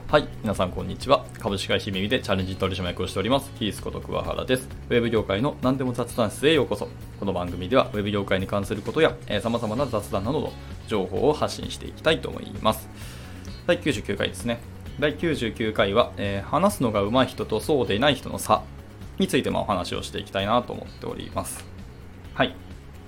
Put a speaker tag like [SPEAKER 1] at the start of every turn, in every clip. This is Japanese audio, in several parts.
[SPEAKER 1] はい、皆さんこんにちは。株式会社耳でチャレンジ取締役をしております、ヒースこと桑原です。ウェブ業界の何でも雑談室へようこそ。この番組ではウェブ業界に関することや、様々な雑談などの情報を発信していきたいと思います。第99回ですね。第99回は、話すのが上手い人とそうでない人の差についてお話をしていきたいなと思っております。はい。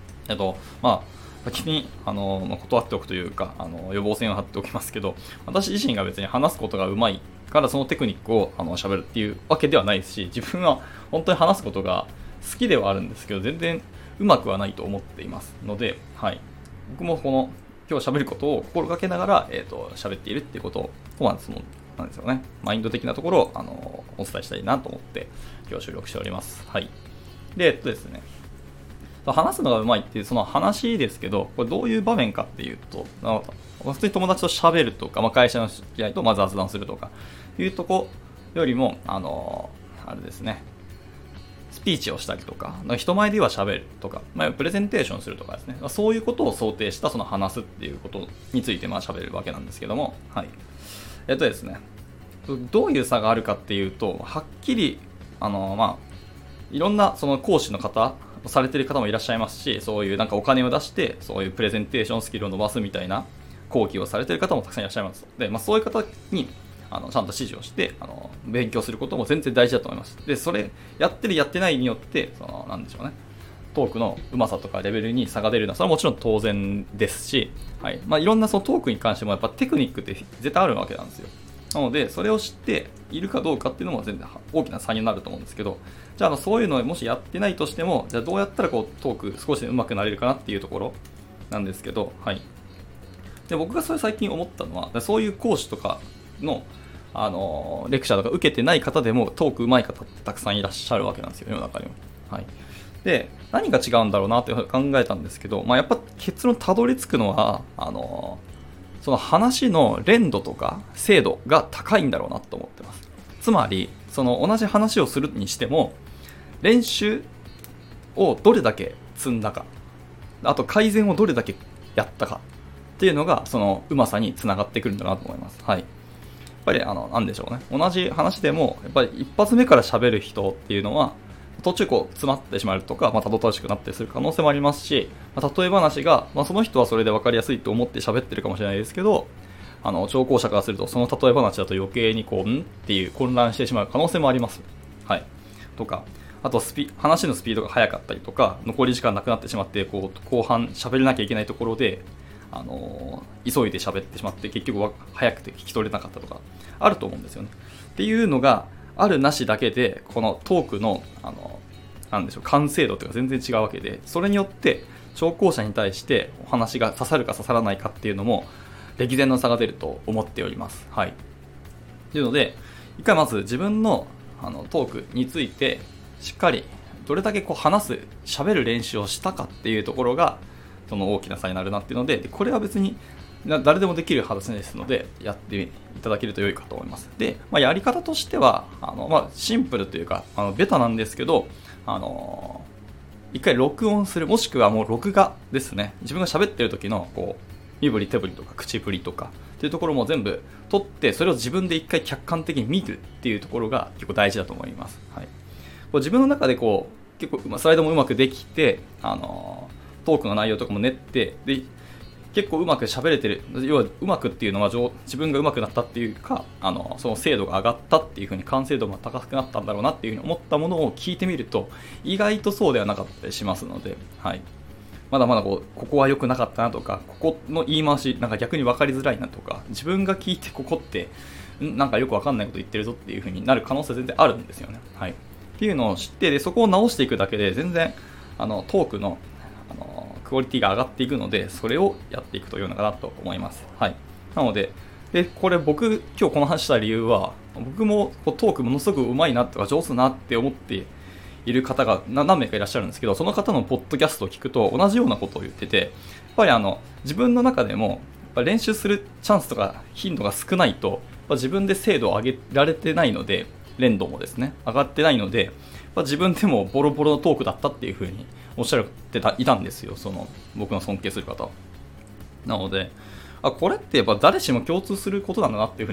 [SPEAKER 1] 先に断っておくというか予防線を張っておきますけど、私自身が別に話すことが上手いからそのテクニックを喋るっていうわけではないですし、自分は本当に話すことが好きではあるんですけど全然上手くはないと思っていますので、はい、僕もこの今日喋ることを心がけながら喋っているっていうことをなんですよね、マインド的なところをお伝えしたいなと思って今日収録しております。はい。でですね、話すのがうまいっていうその話ですけど、これどういう場面かっていうと、普通に友達と喋るとか、会社の付き合いと雑談するとかいうとこよりも、あれですね、スピーチをしたりとか、人前では喋るとか、プレゼンテーションするとかですね、そういうことを想定したその話すっていうことについて喋るわけなんですけども、はい。ですね、どういう差があるかっていうと、はっきり、いろんなその講師の方、されている方もいらっしゃいますし、そういうお金を出してそういうプレゼンテーションスキルを伸ばすみたいな講義をされている方もたくさんいらっしゃいます。で、そういう方にちゃんと指示をして勉強することも全然大事だと思います。で、それやってるやってないによってなんでしょうね、トークのうまさとかレベルに差が出るのはそれはもちろん当然ですし、はい、いろんなそのトークに関してもやっぱテクニックって絶対あるわけなんですよ。なのでそれを知っているかどうかっていうのも全然大きな差になると思うんですけど、じゃあそういうのをもしやってないとしても、じゃあどうやったらトーク少しで上手くなれるかなっていうところなんですけど、はい。で、僕がそれ最近思ったのは、そういう講師とかのレクチャーとか受けてない方でもトーク上手い方ってたくさんいらっしゃるわけなんですよ、世の中にも。はい。で、何が違うんだろうなって考えたんですけど、やっぱ結論たどり着くのはその話の連度とか精度が高いんだろうなと思ってます。つまりその同じ話をするにしても練習をどれだけ積んだか、あと改善をどれだけやったかっていうのがそのうまさにつながってくるんだなと思います。はい。やっぱりなんでしょうね、同じ話でもやっぱり一発目から喋る人っていうのは途中詰まってしまうとか、たどたどしくなったりする可能性もありますし、例え話が、その人はそれで分かりやすいと思って喋ってるかもしれないですけど、聴講者からするとその例え話だと余計にんっていう混乱してしまう可能性もあります。はい。とか、あと話のスピードが速かったりとか、残り時間なくなってしまって後半喋れなきゃいけないところで急いで喋ってしまって結局早くて聞き取れなかったとかあると思うんですよね。っていうのがあるなしだけでこのトークのなんでしょう、完成度というか全然違うわけで、それによって聴講者に対してお話が刺さるか刺さらないかっていうのも歴然の差が出ると思っております。はい。というので一回まず自分のトークについてしっかりどれだけ喋る練習をしたかっていうところがその大きな差になるなっていうので、これは別に誰でもできる話ですのでやっていただけると良いかと思います。で、やり方としてはシンプルというかベタなんですけど、一回録音する、もしくはもう録画ですね。自分が喋ってる時の身振り手振りとか口振りとかっていうところも全部取って、それを自分で一回客観的に見るっていうところが結構大事だと思います。はい。自分の中で結構スライドもうまくできてトークの内容とかも練って、で結構うまく喋れてる、要はうまくっていうのは自分がうまくなったっていうかその精度が上がったっていう風に完成度が高くなったんだろうなっていう風に思ったものを聞いてみると意外とそうではなかったりしますので、はい、まだまだここは良くなかったなとか、ここの言い回し逆に分かりづらいなとか、自分が聞いてここってよく分かんないこと言ってるぞっていう風になる可能性全然あるんですよね。はい。っていうのを知って、でそこを直していくだけで全然トークのクオリティが上がっていくので、それをやっていくというのかなと思います。はい。なので、これ僕今日この話した理由は、僕もトークものすごく上手いなとか上手だなって思っている方が何名かいらっしゃるんですけど、その方のポッドキャストを聞くと同じようなことを言ってて、やっぱり自分の中でも練習するチャンスとか頻度が少ないと自分で精度を上げられてないので、連動もですね上がってないので、自分でもボロボロのトークだったっていう風におっしゃっていたんですよ、その僕の尊敬する方なので、これってやっぱ誰しも共通することなんだなっていう風に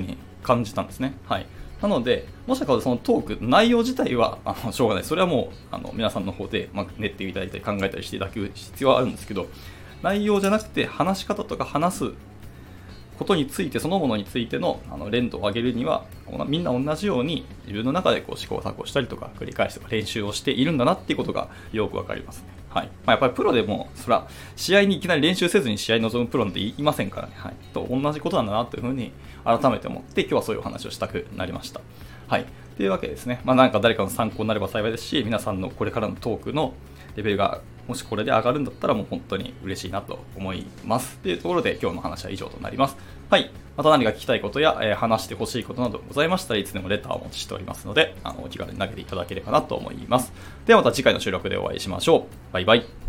[SPEAKER 1] 感じたんですね。はい。なので、もしかしたらそのトーク、内容自体はしょうがない。それはもう皆さんの方で、練っていただいたり考えたりしていただく必要はあるんですけど、内容じゃなくて話し方とか話すことについて、そのものについての連度を上げるには、みんな同じように自分の中で試行錯誤したりとか繰り返しとか練習をしているんだなっていうことがよくわかりますね。はい。やっぱりプロでも、そら、試合にいきなり練習せずに試合に臨むプロなんていませんからね。はい。と同じことなんだなというふうに改めて思って、今日はそういうお話をしたくなりました。はい。というわけですね。なんか誰かの参考になれば幸いですし、皆さんのこれからのトークのレベルがもしこれで上がるんだったらもう本当に嬉しいなと思います。というところで今日の話は以上となります。はい。また何か聞きたいことや、話してほしいことなどございましたらいつでもレターをお待ちしておりますので、お気軽に投げていただければなと思います。ではまた次回の収録でお会いしましょう。バイバイ。